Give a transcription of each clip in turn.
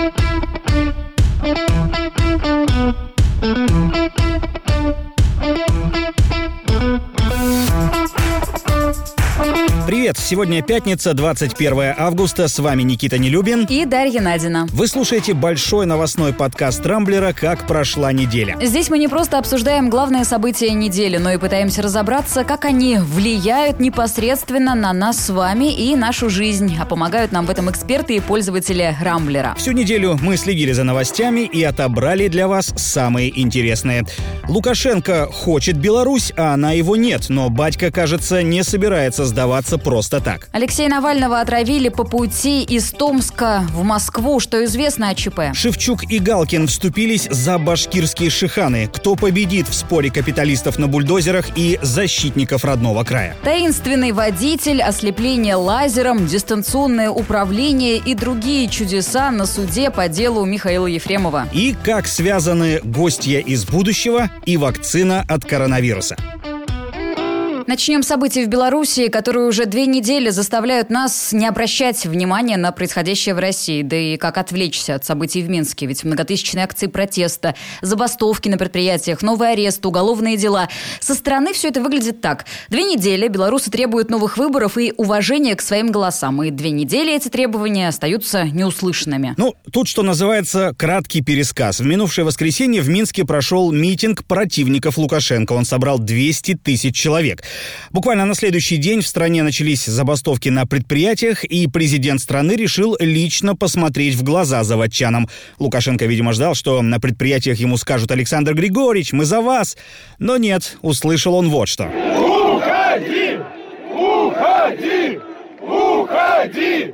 Привет! Сегодня пятница, 21 августа. С вами Никита Нелюбин и Дарья Надина. Вы слушаете большой новостной подкаст Рамблера «Как прошла неделя». Здесь мы не просто обсуждаем главные события недели, но и пытаемся разобраться, как они влияют непосредственно на нас с вами и нашу жизнь. А помогают нам в этом эксперты и пользователи Рамблера. Всю неделю мы следили за новостями и отобрали для вас самые интересные. Лукашенко хочет Беларусь, а она его нет, но батька, кажется, не собирается сдаваться просто так. Алексея Навального отравили по пути из Томска в Москву. Что известно о ЧП? Шевчук и Галкин вступились за башкирские шиханы. Кто победит в споре капиталистов на бульдозерах и защитников родного края? Таинственный водитель, ослепление лазером, дистанционное управление и другие чудеса на суде по делу Михаила Ефремова. И как связаны гостья из будущего и вакцина от коронавируса. Начнем с событий в Беларуси, которые уже 2 недели заставляют нас не обращать внимания на происходящее в России. Да и как отвлечься от событий в Минске. Ведь многотысячные акции протеста, забастовки на предприятиях, новый арест, уголовные дела. Со стороны все это выглядит так. 2 недели белорусы требуют новых выборов и уважения к своим голосам. И 2 недели эти требования остаются неуслышанными. Тут, что называется, краткий пересказ. В минувшее воскресенье в Минске прошел митинг противников Лукашенко. Он собрал 200 тысяч человек. Буквально на следующий день в стране начались забастовки на предприятиях, и президент страны решил лично посмотреть в глаза заводчанам. Лукашенко, видимо, ждал, что на предприятиях ему скажут: «Александр Григорьевич, мы за вас!» Но нет, услышал он вот что. Уходи! Уходи! Уходи!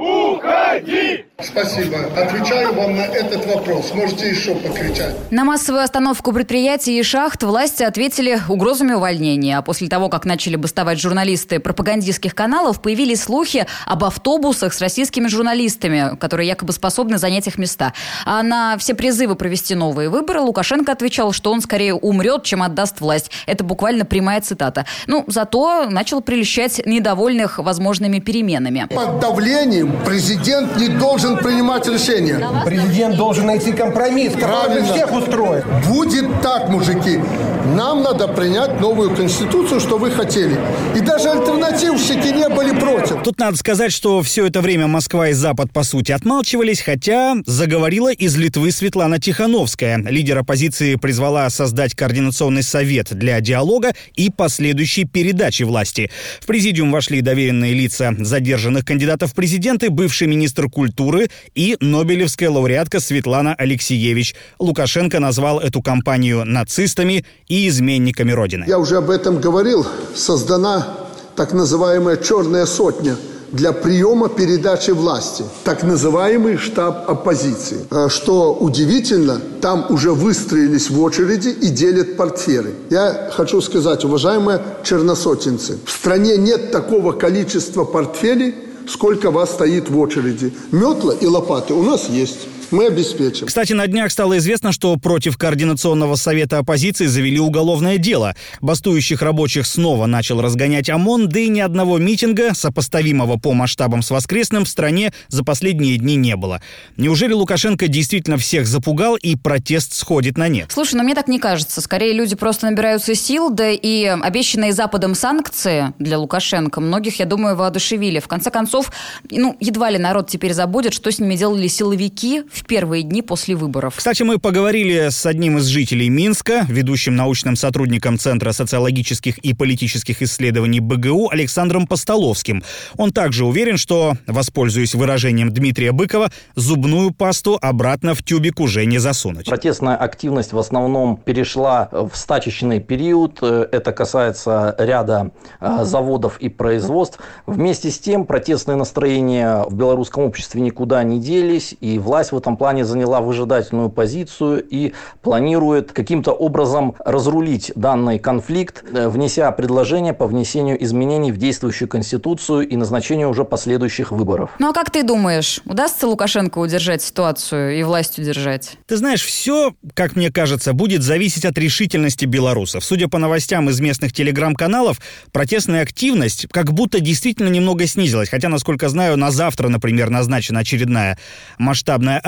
Уходи! Спасибо. Отвечаю вам на этот вопрос. Можете еще покричать. На массовую остановку предприятий и шахт власти ответили угрозами увольнения. А после того, как начали бастовать журналисты пропагандистских каналов, появились слухи об автобусах с российскими журналистами, которые якобы способны занять их места. А на все призывы провести новые выборы Лукашенко отвечал, что он скорее умрет, чем отдаст власть. Это буквально прямая цитата. Зато начал прельщать недовольных возможными переменами. Под давлением президент не должен принимать решения. Президент должен найти компромисс, который всех устроит. Будет так, мужики. Нам надо принять новую конституцию, что вы хотели. И даже альтернативщики не были против. Тут надо сказать, что все это время Москва и Запад, по сути, отмалчивались, хотя заговорила из Литвы Светлана Тихановская. Лидер оппозиции призвала создать координационный совет для диалога и последующей передачи власти. В президиум вошли доверенные лица задержанных кандидатов в президенты, бывший министр культуры и нобелевская лауреатка Светлана Алексиевич. Лукашенко назвал эту кампанию нацистами и изменниками Родины. Я уже об этом говорил. Создана так называемая «Черная сотня» для приема передачи власти. Так называемый штаб оппозиции. Что удивительно, там уже выстроились в очереди и делят портфели. Я хочу сказать, уважаемые черносотенцы, в стране нет такого количества портфелей, сколько вас стоит в очереди. Метла и лопаты у нас есть. Мы обеспечим. Кстати, на днях стало известно, что против Координационного совета оппозиции завели уголовное дело. Бастующих рабочих снова начал разгонять ОМОН, да и ни одного митинга, сопоставимого по масштабам с воскресным, в стране за последние дни не было. Неужели Лукашенко действительно всех запугал и протест сходит на нет? Слушай, мне так не кажется. Скорее, люди просто набираются сил, да и обещанные Западом санкции для Лукашенко многих, я думаю, воодушевили. В конце концов, едва ли народ теперь забудет, что с ними делали силовики в первые дни после выборов. Кстати, мы поговорили с одним из жителей Минска, ведущим научным сотрудником Центра социологических и политических исследований БГУ Александром Постоловским. Он также уверен, что, воспользуясь выражением Дмитрия Быкова, зубную пасту обратно в тюбик уже не засунуть. Протестная активность в основном перешла в стачечный период. Это касается ряда заводов и производств. Вместе с тем, протестные настроения в белорусском обществе никуда не делись, и власть в этом плане заняла выжидательную позицию и планирует каким-то образом разрулить данный конфликт, внеся предложение по внесению изменений в действующую конституцию и назначению уже последующих выборов. А как ты думаешь, удастся Лукашенко удержать ситуацию и власть удержать? Ты знаешь, все, как мне кажется, будет зависеть от решительности белорусов. Судя по новостям из местных телеграм-каналов, протестная активность как будто действительно немного снизилась. Хотя, насколько знаю, на завтра, например, назначена очередная масштабная акция.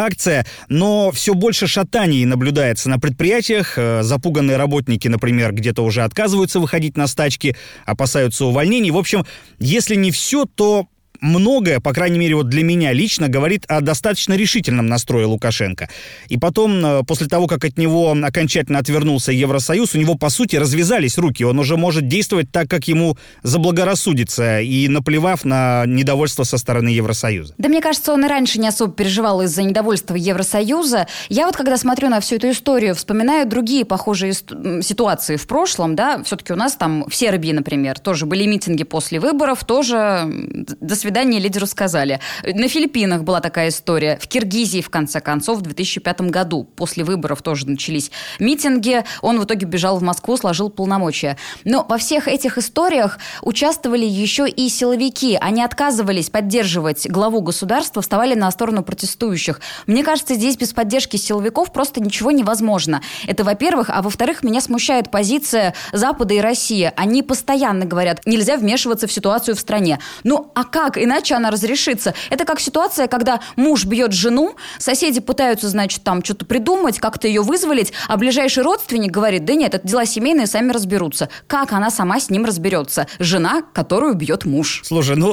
акция, но все больше шатаний наблюдается на предприятиях. Запуганные работники, например, где-то уже отказываются выходить на стачки, опасаются увольнений. В общем, если не все, то многое, по крайней мере, вот для меня лично, говорит о достаточно решительном настрое Лукашенко. И потом, после того, как от него окончательно отвернулся Евросоюз, у него, по сути, развязались руки. Он уже может действовать так, как ему заблагорассудится, и наплевав на недовольство со стороны Евросоюза. Да, мне кажется, он и раньше не особо переживал из-за недовольства Евросоюза. Я вот, когда смотрю на всю эту историю, вспоминаю другие похожие ситуации в прошлом, да, все-таки у нас там в Сербии, например, тоже были митинги после выборов, тоже до свидания лидеру сказали. На Филиппинах была такая история. В Киргизии, в конце концов, в 2005 году после выборов тоже начались митинги. Он в итоге бежал в Москву, сложил полномочия. Но во всех этих историях участвовали еще и силовики. Они отказывались поддерживать главу государства, вставали на сторону протестующих. Мне кажется, здесь без поддержки силовиков просто ничего невозможно. Это, во-первых. А во-вторых, меня смущает позиция Запада и России. Они постоянно говорят, нельзя вмешиваться в ситуацию в стране. Ну, а как иначе она разрешится? Это как ситуация, когда муж бьет жену, соседи пытаются, значит, там что-то придумать, как-то ее вызволить, а ближайший родственник говорит, да нет, это дела семейные, сами разберутся. Как она сама с ним разберется? Жена, которую бьет муж. Слушай, ну,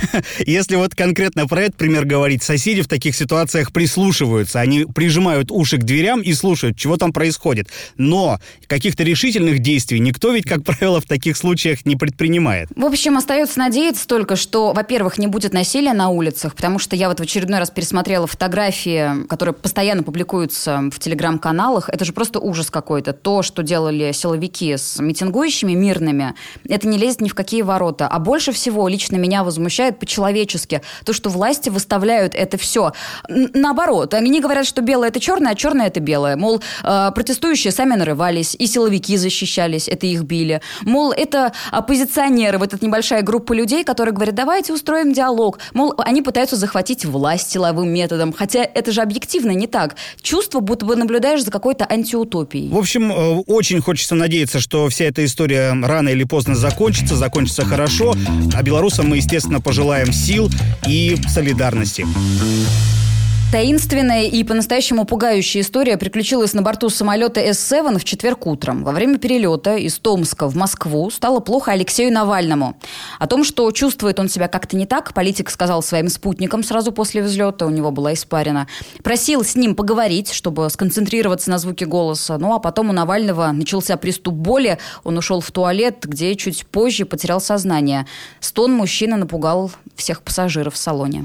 если вот конкретно про этот пример говорить, соседи в таких ситуациях прислушиваются, они прижимают уши к дверям и слушают, чего там происходит. Но каких-то решительных действий никто ведь, как правило, в таких случаях не предпринимает. В общем, остается надеяться только, что, во-первых, не будет насилия на улицах, потому что я вот в очередной раз пересмотрела фотографии, которые постоянно публикуются в телеграм-каналах. Это же просто ужас какой-то. То, что делали силовики с митингующими мирными, это не лезет ни в какие ворота. А больше всего лично меня возмущает по-человечески то, что власти выставляют это все наоборот. Они говорят, что белое – это черное, а черное – это белое. Мол, протестующие сами нарывались, и силовики защищались, это их били. Мол, это оппозиционеры, вот эта небольшая группа людей, которые говорят, давайте устроим диалог. Мол, они пытаются захватить власть силовым методом. Хотя это же объективно не так. Чувство, будто бы наблюдаешь за какой-то антиутопией. В общем, очень хочется надеяться, что вся эта история рано или поздно закончится хорошо. А белорусам мы, естественно, пожелаем сил и солидарности. Таинственная и по-настоящему пугающая история приключилась на борту самолета С-7 в четверг утром. Во время перелета из Томска в Москву стало плохо Алексею Навальному. О том, что чувствует он себя как-то не так, политик сказал своим спутникам сразу после взлета, у него была испарина. Просил с ним поговорить, чтобы сконцентрироваться на звуке голоса. Ну, а потом у Навального начался приступ боли. Он ушел в туалет, где чуть позже потерял сознание. Стон мужчины напугал всех пассажиров в салоне.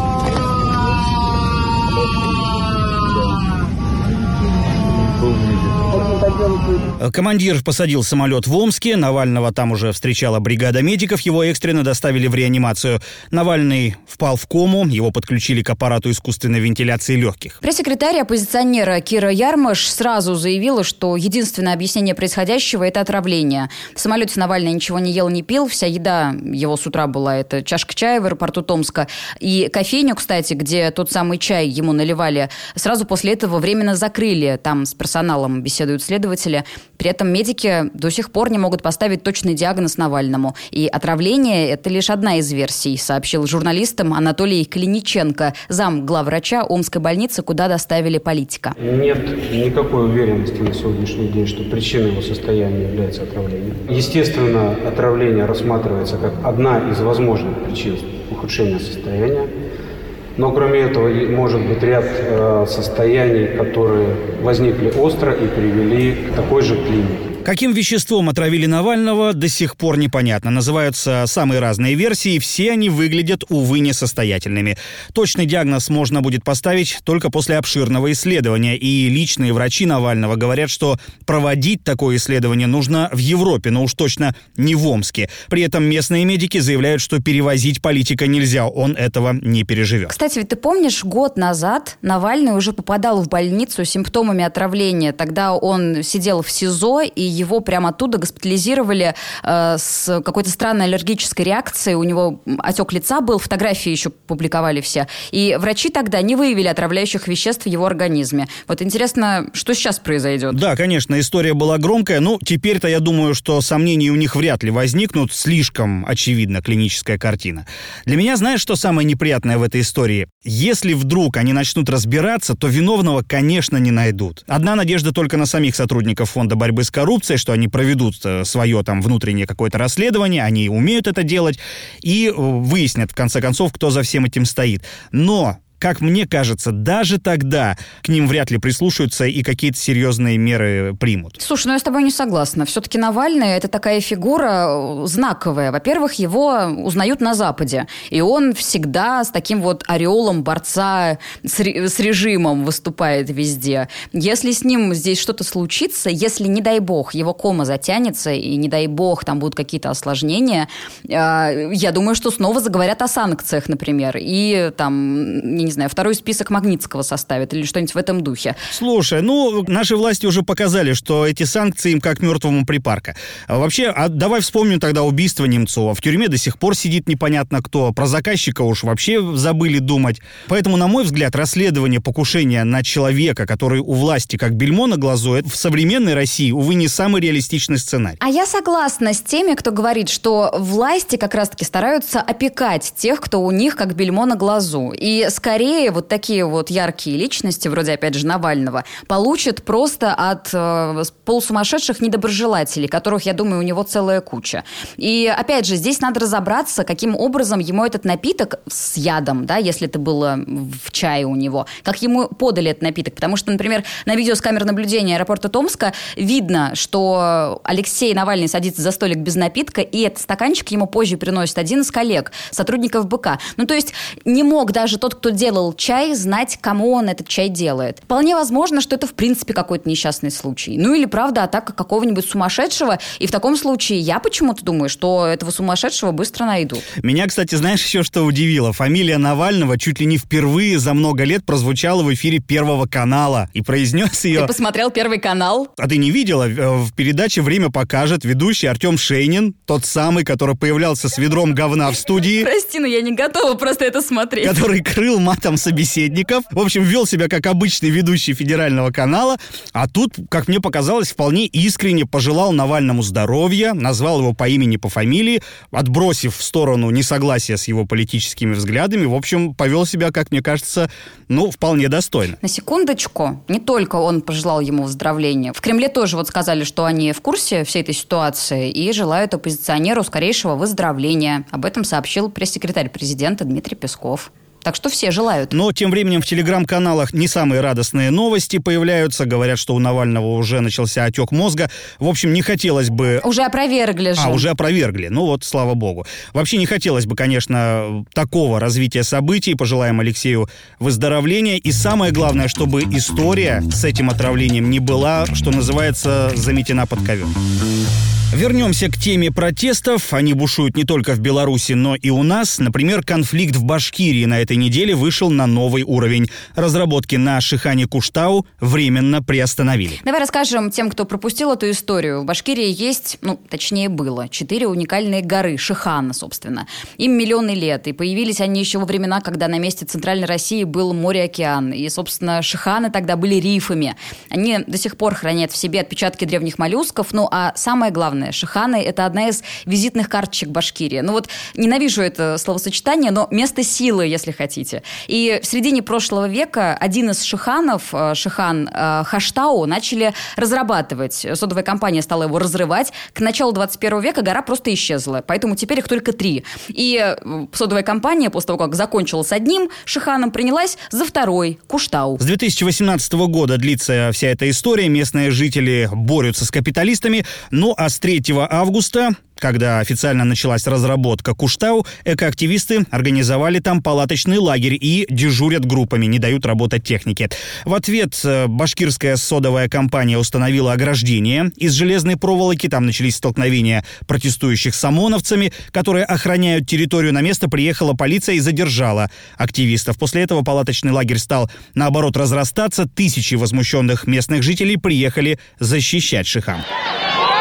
Командир посадил самолет в Омске. Навального там уже встречала бригада медиков. Его экстренно доставили в реанимацию. Навальный впал в кому. Его подключили к аппарату искусственной вентиляции легких. Пресс-секретарь оппозиционера Кира Ярмаш сразу заявила, что единственное объяснение происходящего – это отравление. В самолете Навальный ничего не ел, не пил. Вся еда его с утра была – это чашка чая в аэропорту Томска. И кофейню, кстати, где тот самый чай ему наливали, сразу после этого временно закрыли. Там с персоналом беседуют следователи. При этом медики до сих пор не могут поставить точный диагноз Навальному. И отравление – это лишь одна из версий, сообщил журналистам Анатолий Калиниченко, зам главврача Омской больницы, куда доставили политика. Нет никакой уверенности на сегодняшний день, что причиной его состояния является отравление. Естественно, отравление рассматривается как одна из возможных причин ухудшения состояния. Но кроме этого может быть ряд состояний, которые возникли остро и привели к такой же клинике. Каким веществом отравили Навального, до сих пор непонятно. Называются самые разные версии, все они выглядят, увы, несостоятельными. Точный диагноз можно будет поставить только после обширного исследования. И личные врачи Навального говорят, что проводить такое исследование нужно в Европе, но уж точно не в Омске. При этом местные медики заявляют, что перевозить политика нельзя, он этого не переживет. Кстати, ведь ты помнишь, год назад Навальный уже попадал в больницу с симптомами отравления. Тогда он сидел в СИЗО, и его прямо оттуда госпитализировали с какой-то странной аллергической реакцией. У него отек лица был, фотографии еще публиковали все. И врачи тогда не выявили отравляющих веществ в его организме. Вот интересно, что сейчас произойдет? Да, конечно, история была громкая. Ну, теперь-то я думаю, что сомнений у них вряд ли возникнут. Слишком очевидна клиническая картина. Для меня, знаешь, что самое неприятное в этой истории? Если вдруг они начнут разбираться, то виновного, конечно, не найдут. Одна надежда только на самих сотрудников Фонда борьбы с коррупцией, что они проведут свое там внутреннее какое-то расследование, они умеют это делать, и выяснят, в конце концов, кто за всем этим стоит. Но, как мне кажется, даже тогда к ним вряд ли прислушаются и какие-то серьезные меры примут. Слушай, ну я с тобой не согласна. Все-таки Навальный – это такая фигура знаковая. Во-первых, его узнают на Западе. И он всегда с таким вот ореолом борца с режимом выступает везде. Если с ним здесь что-то случится, если, не дай бог, его кома затянется, и, не дай бог, там будут какие-то осложнения, я думаю, что снова заговорят о санкциях, например. И там, не знаю, второй список Магнитского составят или что-нибудь в этом духе. Слушай, ну, наши власти уже показали, что эти санкции им как мертвому припарка. Вообще, давай вспомним тогда убийство Немцова. В тюрьме до сих пор сидит непонятно кто. Про заказчика уж вообще забыли думать. Поэтому, на мой взгляд, расследование покушения на человека, который у власти как бельмо на глазу, это в современной России, увы, не самый реалистичный сценарий. А я согласна с теми, кто говорит, что власти как раз-таки стараются опекать тех, кто у них как бельмо на глазу. И скорее вот такие вот яркие личности, вроде, опять же, Навального, получат просто от полусумасшедших недоброжелателей, которых, я думаю, у него целая куча. И, опять же, здесь надо разобраться, каким образом ему этот напиток с ядом, да, если это было в чае у него, как ему подали этот напиток. Потому что, например, на видео с камер наблюдения аэропорта Томска видно, что Алексей Навальный садится за столик без напитка, и этот стаканчик ему позже приносит один из коллег, сотрудников БК. Ну, то есть не мог даже тот, кто делал чай, знать, кому он этот чай делает. Вполне возможно, что это в принципе какой-то несчастный случай. Ну или, правда, атака какого-нибудь сумасшедшего. И в таком случае я почему-то думаю, что этого сумасшедшего быстро найдут. Меня, кстати, знаешь, еще что удивило? Фамилия Навального чуть ли не впервые за много лет прозвучала в эфире Первого канала. И произнес ее... Ты посмотрел Первый канал? А ты не видела? В передаче «Время покажет» ведущий Артем Шейнин, тот самый, который появлялся с ведром говна в студии. Прости, но я не готова просто это смотреть. Который крыл матом собеседников. В общем, вел себя как обычный ведущий федерального канала. А тут, как мне показалось, вполне искренне пожелал Навальному здоровья, назвал его по имени, по фамилии, отбросив в сторону несогласия с его политическими взглядами. В общем, повел себя, как мне кажется, ну, вполне достойно. На секундочку, не только он пожелал ему выздоровления. В Кремле тоже вот сказали, что они в курсе всей этой ситуации и желают оппозиционеру скорейшего выздоровления. Об этом сообщил пресс-секретарь президента Дмитрий Песков. Так что все желают. Но тем временем в телеграм-каналах не самые радостные новости появляются. Говорят, что у Навального уже начался отек мозга. В общем, не хотелось бы... Уже опровергли же. Уже опровергли. Ну вот, слава богу. Вообще не хотелось бы, конечно, такого развития событий. Пожелаем Алексею выздоровления. И самое главное, чтобы история с этим отравлением не была, что называется, заметена под ковер. Вернемся к теме протестов. Они бушуют не только в Беларуси, но и у нас. Например, конфликт в Башкирии на этой неделе вышел на новый уровень. Разработки на Шихане-Куштау временно приостановили. Давай расскажем тем, кто пропустил эту историю. В Башкирии есть, точнее было, 4 уникальные горы, Шихана, собственно. Им миллионы лет, и появились они еще во времена, когда на месте Центральной России был море-океан. И, собственно, Шиханы тогда были рифами. Они до сих пор хранят в себе отпечатки древних моллюсков. Ну, а самое главное, Шиханы – это одна из визитных карточек Башкирии. Ну вот, ненавижу это словосочетание, но место силы, если хотите. И в середине прошлого века один из шиханов, Шихан Хаштау, начали разрабатывать. Содовая компания стала его разрывать. К началу 21 века гора просто исчезла, поэтому теперь их только 3. И содовая компания, после того, как закончила с одним Шиханом, принялась за второй, Куштау. С 2018 года длится вся эта история. Местные жители борются с капиталистами. Ну а с 3 августа, когда официально началась разработка Куштау, экоактивисты организовали там палаточный лагерь и дежурят группами, не дают работать технике. В ответ башкирская содовая компания установила ограждение из железной проволоки. Там начались столкновения протестующих с ОМОНовцами, которые охраняют территорию. На место приехала полиция и задержала активистов. После этого палаточный лагерь стал, наоборот, разрастаться. Тысячи возмущенных местных жителей приехали защищать Шихан.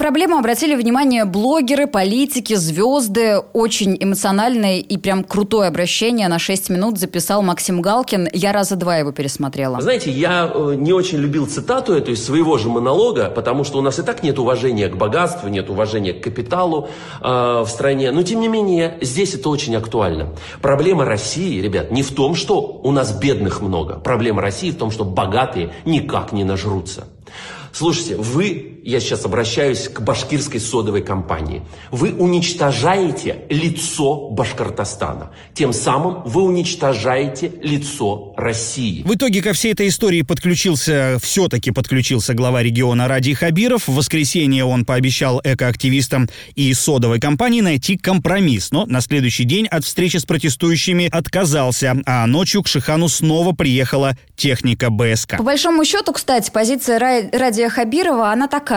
проблему обратили внимание блогеры, политики, звезды. Очень эмоциональное и прям крутое обращение на 6 минут записал Максим Галкин. Я раза 2 его пересмотрела. Вы знаете, я не очень любил цитату эту из своего же монолога, потому что у нас и так нет уважения к богатству, нет уважения к капиталу в стране. Но, тем не менее, здесь это очень актуально. Проблема России, ребят, не в том, что у нас бедных много. Проблема России в том, что богатые никак не нажрутся. Слушайте, я сейчас обращаюсь к башкирской содовой компании, вы уничтожаете лицо Башкортостана. Тем самым вы уничтожаете лицо России. В итоге ко всей этой истории все-таки подключился глава региона Радий Хабиров. В воскресенье он пообещал экоактивистам и содовой компании найти компромисс. Но на следующий день от встречи с протестующими отказался. А ночью к Шихану снова приехала техника БСК. По большому счету, кстати, позиция Радия Хабирова, она такая,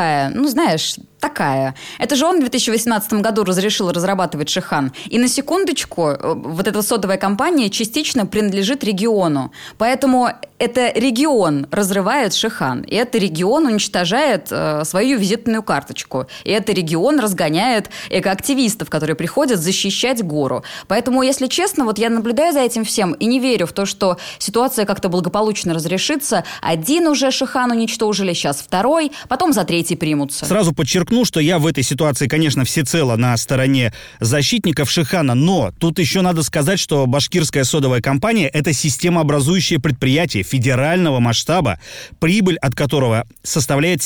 такая. Это же он в 2018 году разрешил разрабатывать Шихан. И на секундочку, вот эта содовая компания частично принадлежит региону. Поэтому это регион разрывает Шихан. И это регион уничтожает свою визитную карточку. И это регион разгоняет экоактивистов, которые приходят защищать гору. Поэтому, если честно, вот я наблюдаю за этим всем и не верю в то, что ситуация как-то благополучно разрешится. Один уже Шихан уничтожили, сейчас второй, потом за третий примутся. Сразу подчеркну, что я в этой ситуации, конечно, всецело на стороне защитников Шихана, но тут еще надо сказать, что башкирская содовая компания – это системообразующее предприятие федерального масштаба, прибыль от которого составляет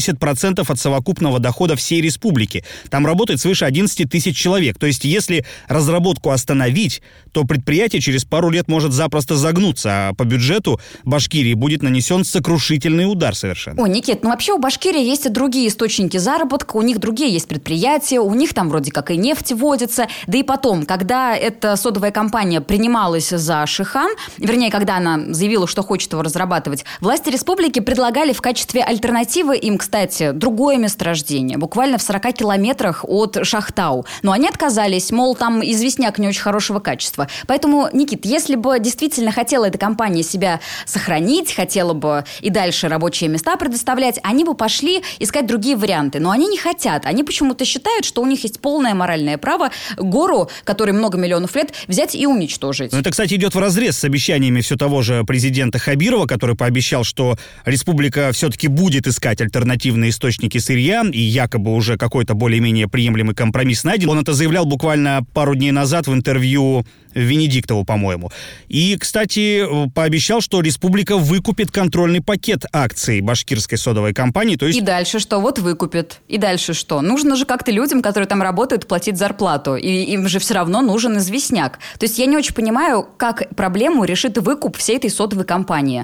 70% от совокупного дохода всей республики. Там работает свыше 11 тысяч человек. То есть, если разработку остановить, то предприятие через пару лет может запросто загнуться, а по бюджету Башкирии будет нанесен сокрушительный удар совершенно. Ой, Никит, вообще у Башкирии есть и другие источники заработка, у них другие есть предприятия, у них там вроде как и нефть водится. Да и потом, когда эта содовая компания принималась за Шихан, вернее, когда она заявила, что хочет его разрабатывать, власти республики предлагали в качестве альтернативы им, кстати, другое месторождение, буквально в 40 километрах от Шахтау. Но они отказались, мол, там известняк не очень хорошего качества. Поэтому, Никит, если бы действительно хотела эта компания себя сохранить, хотела бы и дальше рабочие места предоставлять, они бы пошли искать другие варианты. Но они не хотят. Они почему-то считают, что у них есть полное моральное право гору, которой много миллионов лет, взять и уничтожить. Это, кстати, идет вразрез с обещаниями все того же президента Хабирова, который пообещал, что республика все-таки будет искать альтернативные источники сырья, и якобы уже какой-то более-менее приемлемый компромисс найден. Он это заявлял буквально пару дней назад в интервью Венедиктову, по-моему. И, кстати, пообещал, что республика выкупит контрольный пакет акций башкирской содовой компании. То есть... И дальше что? Вот выкупит. И дальше что? Нужно же как-то людям, которые там работают, платить зарплату. И им же все равно нужен известняк. То есть я не очень понимаю, как проблему решит выкуп всей этой содовой компании.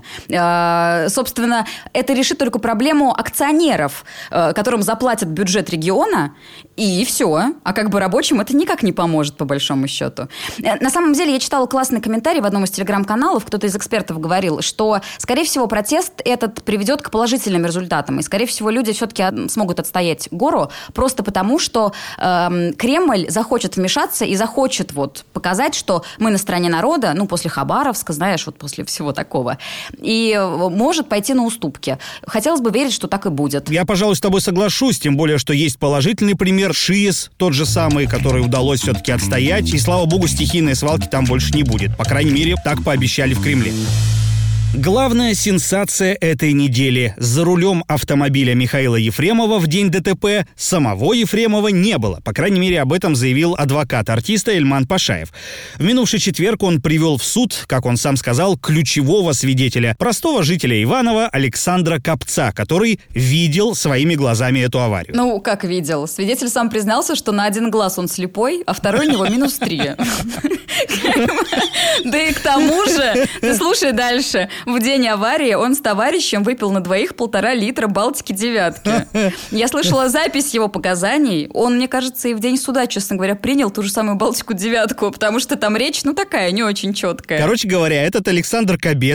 Собственно, это решит только проблему акционеров, которым заплатят бюджет региона, и все. А как бы рабочим это никак не поможет, по большому счету. На самом деле, я читала классный комментарий в одном из телеграм-каналов, кто-то из экспертов говорил, что, скорее всего, протест этот приведет к положительным результатам, и, скорее всего, люди все-таки смогут отстоять гору, просто потому, что Кремль захочет вмешаться и захочет вот показать, что мы на стороне народа, после Хабаровска, знаешь, вот после всего такого, и может пойти на уступки. Хотелось бы верить, что так и будет. Я, пожалуй, с тобой соглашусь, тем более, что есть положительный пример, ШИЭС, тот же самый, который удалось все-таки отстоять, и, слава богу, стихийные свалки там больше не будет. По крайней мере, так пообещали в Кремле. Главная сенсация этой недели. За рулем автомобиля Михаила Ефремова в день ДТП самого Ефремова не было. По крайней мере, об этом заявил адвокат артиста Эльман Пашаев. В минувший четверг он привел в суд, как он сам сказал, ключевого свидетеля, простого жителя Иваново Александра Копца, который видел своими глазами эту аварию. Как видел? Свидетель сам признался, что на один глаз он слепой, а второй у него -3. Да и к тому же, ты слушай дальше. В день аварии он с товарищем выпил на двоих 1,5 литра Балтики 9. Я слышала запись его показаний. Он, мне кажется, и в день суда, честно говоря, принял ту же самую Балтику 9, потому что там речь, такая, не очень четкая. Короче говоря, этот Александр Кобец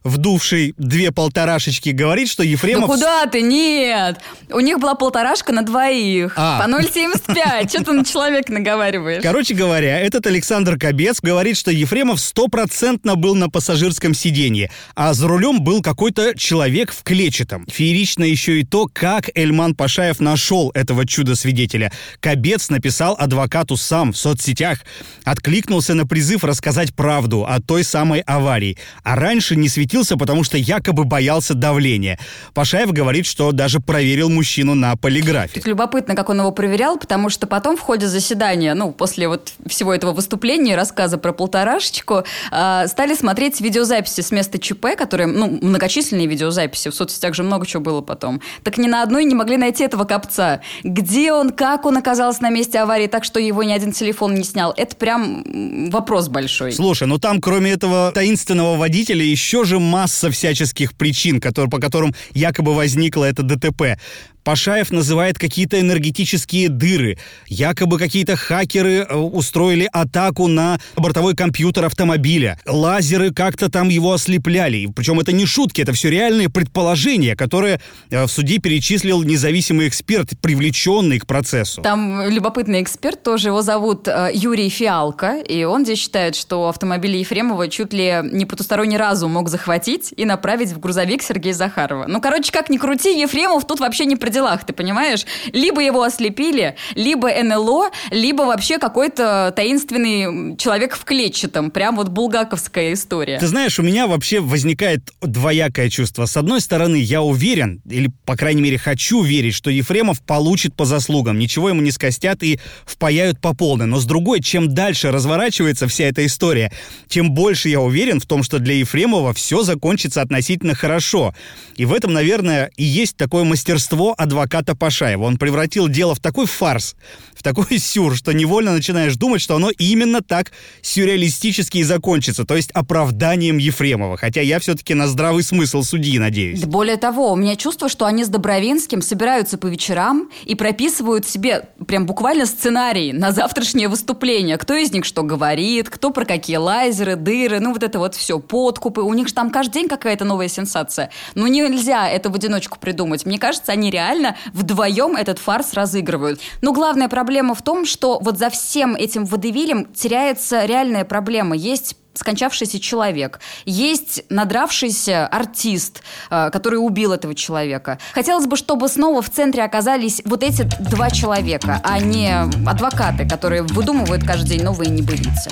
вдувший 2 полторашечки, говорит, что Ефремов... Да куда ты? Нет! У них была полторашка на двоих. По 0,75. Что ты на человека наговариваешь? Короче говоря, этот Александр Кобец говорит, что Ефремов 100% был на пассажирском сиденье, а за рулем был какой-то человек в клетчатом. Феерично еще и то, как Эльман Пашаев нашел этого чудо-свидетеля. Кобец написал адвокату сам в соцсетях. Откликнулся на призыв рассказать правду о той самой аварии. А раньше не светился, потому что якобы боялся давления. Пашаев говорит, что даже проверил мужчину на полиграфе. Тут любопытно, как он его проверял, потому что потом в ходе заседания, после вот всего этого выступления, рассказа про полторашечку, стали смотреть видеозаписи с места ЧП, которые, многочисленные видеозаписи, в соцсетях же много чего было потом. Так ни на одной не могли найти этого копца. Где он, как он оказался на месте аварии, так что его ни один телефон не снял. Это прям вопрос большой. Слушай, там кроме этого таинственного водителя еще же масса всяческих причин, по которым якобы возникло это ДТП. Пашаев называет какие-то энергетические дыры. Якобы какие-то хакеры устроили атаку на бортовой компьютер автомобиля. Лазеры как-то там его ослепляли. Причем это не шутки, это все реальные предположения, которые в суде перечислил независимый эксперт, привлеченный к процессу. Там любопытный эксперт, тоже его зовут Юрий Фиалко, и он здесь считает, что автомобиль Ефремова чуть ли не потусторонний разум мог захватить и направить в грузовик Сергея Захарова. Как ни крути, Ефремов тут вообще не при делах, ты понимаешь? Либо его ослепили, либо НЛО, либо вообще какой-то таинственный человек в клетчатом. Прям булгаковская история. Ты знаешь, у меня вообще возникает двоякое чувство. С одной стороны, я уверен, или, по крайней мере, хочу верить, что Ефремов получит по заслугам. Ничего ему не скостят и впаяют по полной. Но с другой, чем дальше разворачивается вся эта история, тем больше я уверен в том, что для Ефремова все закончится относительно хорошо. И в этом, наверное, и есть такое мастерство адвоката Пашаева. Он превратил дело в такой фарс, в такой сюр, что невольно начинаешь думать, что оно именно так сюрреалистически и закончится, то есть оправданием Ефремова. Хотя я все-таки на здравый смысл судьи надеюсь. Да более того, у меня чувство, что они с Добровинским собираются по вечерам и прописывают себе прям буквально сценарий на завтрашнее выступление. Кто из них что говорит, кто про какие лазеры, дыры, это все, подкупы. У них же там каждый день какая-то новая сенсация. Нельзя это в одиночку придумать. Мне кажется, они реально вдвоем этот фарс разыгрывают. Но главная проблема в том, что за всем этим водевилем теряется реальная проблема. Есть скончавшийся человек, есть надравшийся артист, который убил этого человека. Хотелось бы, чтобы снова в центре оказались эти 2 человека, а не адвокаты, которые выдумывают каждый день новые небылицы.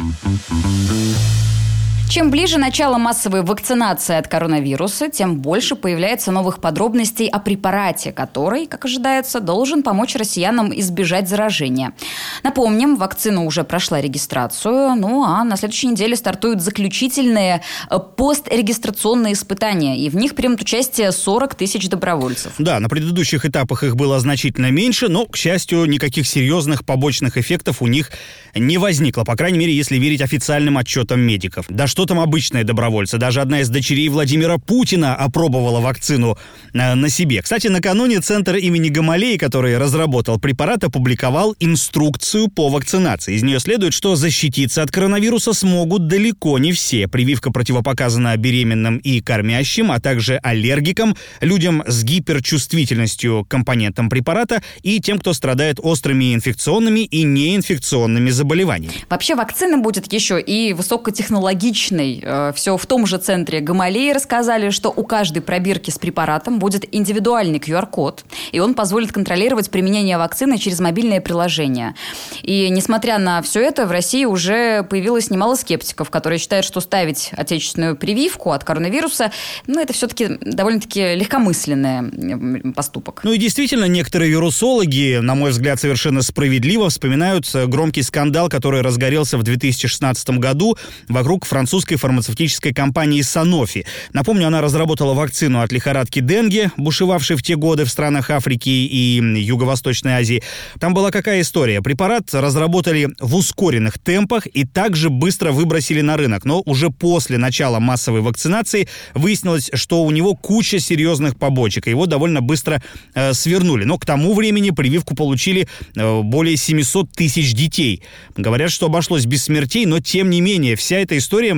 Чем ближе начало массовой вакцинации от коронавируса, тем больше появляется новых подробностей о препарате, который, как ожидается, должен помочь россиянам избежать заражения. Напомним, вакцина уже прошла регистрацию, а на следующей неделе стартуют заключительные пострегистрационные испытания, и в них примут участие 40 тысяч добровольцев. Да, на предыдущих этапах их было значительно меньше, но, к счастью, никаких серьезных побочных эффектов у них не возникло, по крайней мере, если верить официальным отчетам медиков. Да что там обычные добровольцы? Даже одна из дочерей Владимира Путина опробовала вакцину на себе. Кстати, накануне Центр имени Гамалеи, который разработал препарат, опубликовал инструкцию по вакцинации. Из нее следует, что защититься от коронавируса смогут далеко не все. Прививка противопоказана беременным и кормящим, а также аллергикам, людям с гиперчувствительностью к компонентам препарата и тем, кто страдает острыми инфекционными и неинфекционными заболеваниями. Вообще вакцина будет еще и высокотехнологичной. Все в том же центре Гамалеи рассказали, что у каждой пробирки с препаратом будет индивидуальный QR-код, и он позволит контролировать применение вакцины через мобильное приложение. И несмотря на все это, в России уже появилось немало скептиков, которые считают, что ставить отечественную прививку от коронавируса, это все-таки довольно-таки легкомысленный поступок. И действительно, некоторые вирусологи, на мой взгляд, совершенно справедливо вспоминают громкий скандал, который разгорелся в 2016 году вокруг французской фармацевтической компании Sanofi. Напомню, она разработала вакцину от лихорадки денге, бушевавшей в те годы в странах Африки и Юго-Восточной Азии. Там была какая история? Препарат разработали в ускоренных темпах и также быстро выбросили на рынок. Но уже после начала массовой вакцинации выяснилось, что у него куча серьезных побочек, и его довольно быстро свернули. Но к тому времени прививку получили более 700 тысяч детей. Говорят, что обошлось без смертей, но тем не менее вся эта история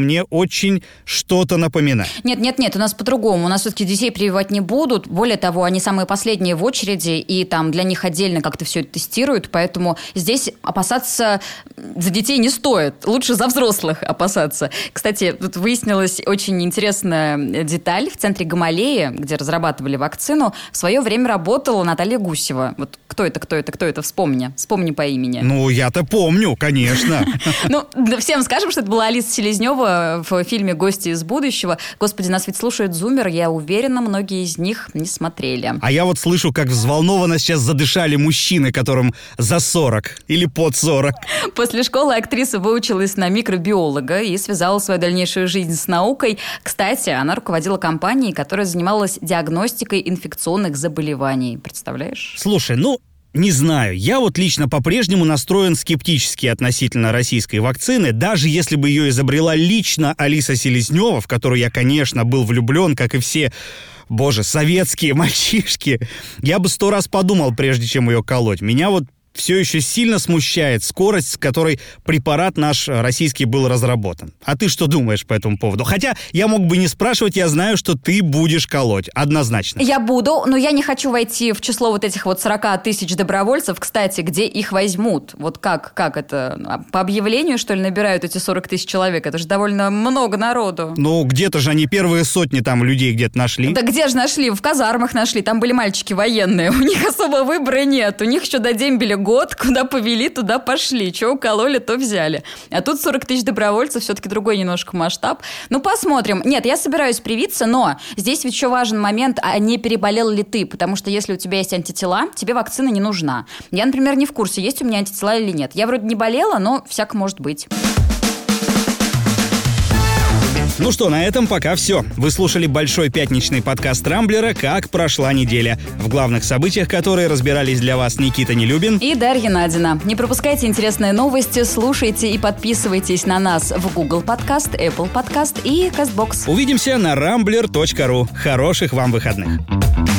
мне очень что-то напоминает. Нет, у нас по-другому. У нас все-таки детей прививать не будут. Более того, они самые последние в очереди, и там для них отдельно как-то все это тестируют, поэтому здесь опасаться за детей не стоит. Лучше за взрослых опасаться. Кстати, тут выяснилась очень интересная деталь. В центре Гамалеи, где разрабатывали вакцину, в свое время работала Наталья Гусева. Вот кто это? Вспомни по имени. Ну, я-то помню, конечно. Ну, всем скажем, что это была Алиса Селезнева в фильме «Гости из будущего». Господи, нас ведь слушает Зумер, я уверена, многие из них не смотрели. А я вот слышу, как взволнованно сейчас задышали мужчины, которым за 40 или под 40. После школы актриса выучилась на микробиолога и связала свою дальнейшую жизнь с наукой. Кстати, она руководила компанией, которая занималась диагностикой инфекционных заболеваний. Представляешь? Слушай, не знаю, я вот лично по-прежнему настроен скептически относительно российской вакцины, даже если бы ее изобрела лично Алиса Селезнева, в которую я, конечно, был влюблен, как и все, советские мальчишки. Я бы 100 раз подумал, прежде чем ее колоть. Меня вот все еще сильно смущает скорость, с которой препарат наш российский был разработан. А ты что думаешь по этому поводу? Хотя я мог бы не спрашивать, я знаю, что ты будешь колоть. Однозначно. Я буду, но я не хочу войти в число вот этих 40 тысяч добровольцев. Кстати, где их возьмут? Вот как это? По объявлению, что ли, набирают эти 40 тысяч человек? Это же довольно много народу. Где-то же они первые сотни там людей где-то нашли. Да где же нашли? В казармах нашли. Там были мальчики военные. У них особо выбора нет. У них еще до дембеля год, куда повели, туда пошли. Что укололи, то взяли. А тут 40 тысяч добровольцев, все-таки другой немножко масштаб. Посмотрим. Нет, я собираюсь привиться, но здесь ведь еще важен момент, а не переболел ли ты? Потому что если у тебя есть антитела, тебе вакцина не нужна. Я, например, не в курсе, есть у меня антитела или нет. Я вроде не болела, но всяко может быть. Ну что, на этом пока все. Вы слушали большой пятничный подкаст Рамблера «Как прошла неделя», в главных событиях которой разбирались для вас Никита Нелюбин и Дарья Надина. Не пропускайте интересные новости, слушайте и подписывайтесь на нас в Google Podcast, Apple Podcast и CastBox. Увидимся на rambler.ru. Хороших вам выходных.